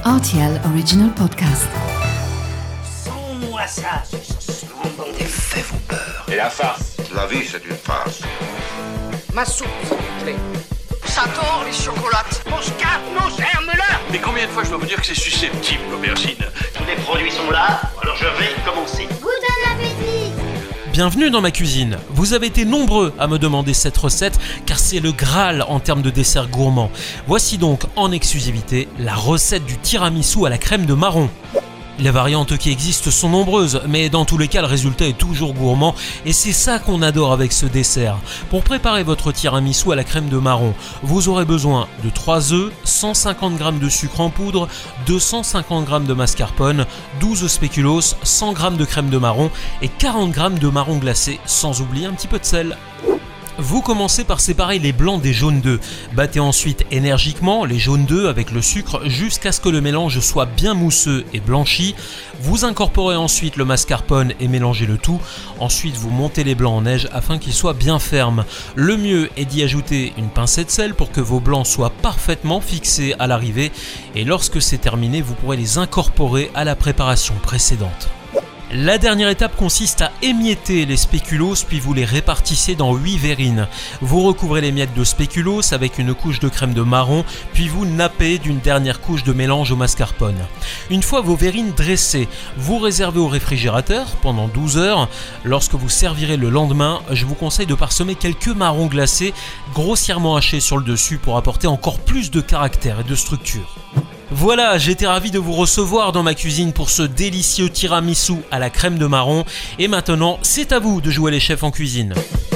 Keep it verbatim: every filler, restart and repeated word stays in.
R T L Original Podcast. Sans-moi ça, ce sent bon. Les faits vont peur. Et la farce? La vie, c'est une farce. Ma soupe, s'il vous plaît. Ça tord, les chocolates. Mon scarpe, non, germe-là. Mais combien de fois je dois vous dire que c'est susceptible, l'aubergine? Tous les produits sont là, alors je vais commencer. Bon appétit! Bienvenue dans ma cuisine. Vous avez été nombreux à me demander cette recette car c'est le Graal en termes de dessert gourmand. Voici donc en exclusivité la recette du tiramisu à la crème de marron. Les variantes qui existent sont nombreuses, mais dans tous les cas, le résultat est toujours gourmand et c'est ça qu'on adore avec ce dessert. Pour préparer votre tiramisu à la crème de marron, vous aurez besoin de trois œufs, cent cinquante grammes de sucre en poudre, deux cent cinquante grammes de mascarpone, douze spéculoos, cent grammes de crème de marron et quarante grammes de marron glacé, sans oublier un petit peu de sel. Vous commencez par séparer les blancs des jaunes d'œufs. Battez ensuite énergiquement les jaunes d'œufs avec le sucre jusqu'à ce que le mélange soit bien mousseux et blanchi. Vous incorporez ensuite le mascarpone et mélangez le tout. Ensuite, vous montez les blancs en neige afin qu'ils soient bien fermes. Le mieux est d'y ajouter une pincée de sel pour que vos blancs soient parfaitement fixés à l'arrivée. Et lorsque c'est terminé, vous pourrez les incorporer à la préparation précédente. La dernière étape consiste à émietter les spéculoos puis vous les répartissez dans huit verrines. Vous recouvrez les miettes de spéculoos avec une couche de crème de marron puis vous nappez d'une dernière couche de mélange au mascarpone. Une fois vos verrines dressées, vous réservez au réfrigérateur pendant douze heures. Lorsque vous servirez le lendemain, je vous conseille de parsemer quelques marrons glacés grossièrement hachés sur le dessus pour apporter encore plus de caractère et de structure. Voilà, j'étais ravi de vous recevoir dans ma cuisine pour ce délicieux tiramisu à la crème de marron. Et maintenant, c'est à vous de jouer les chefs en cuisine.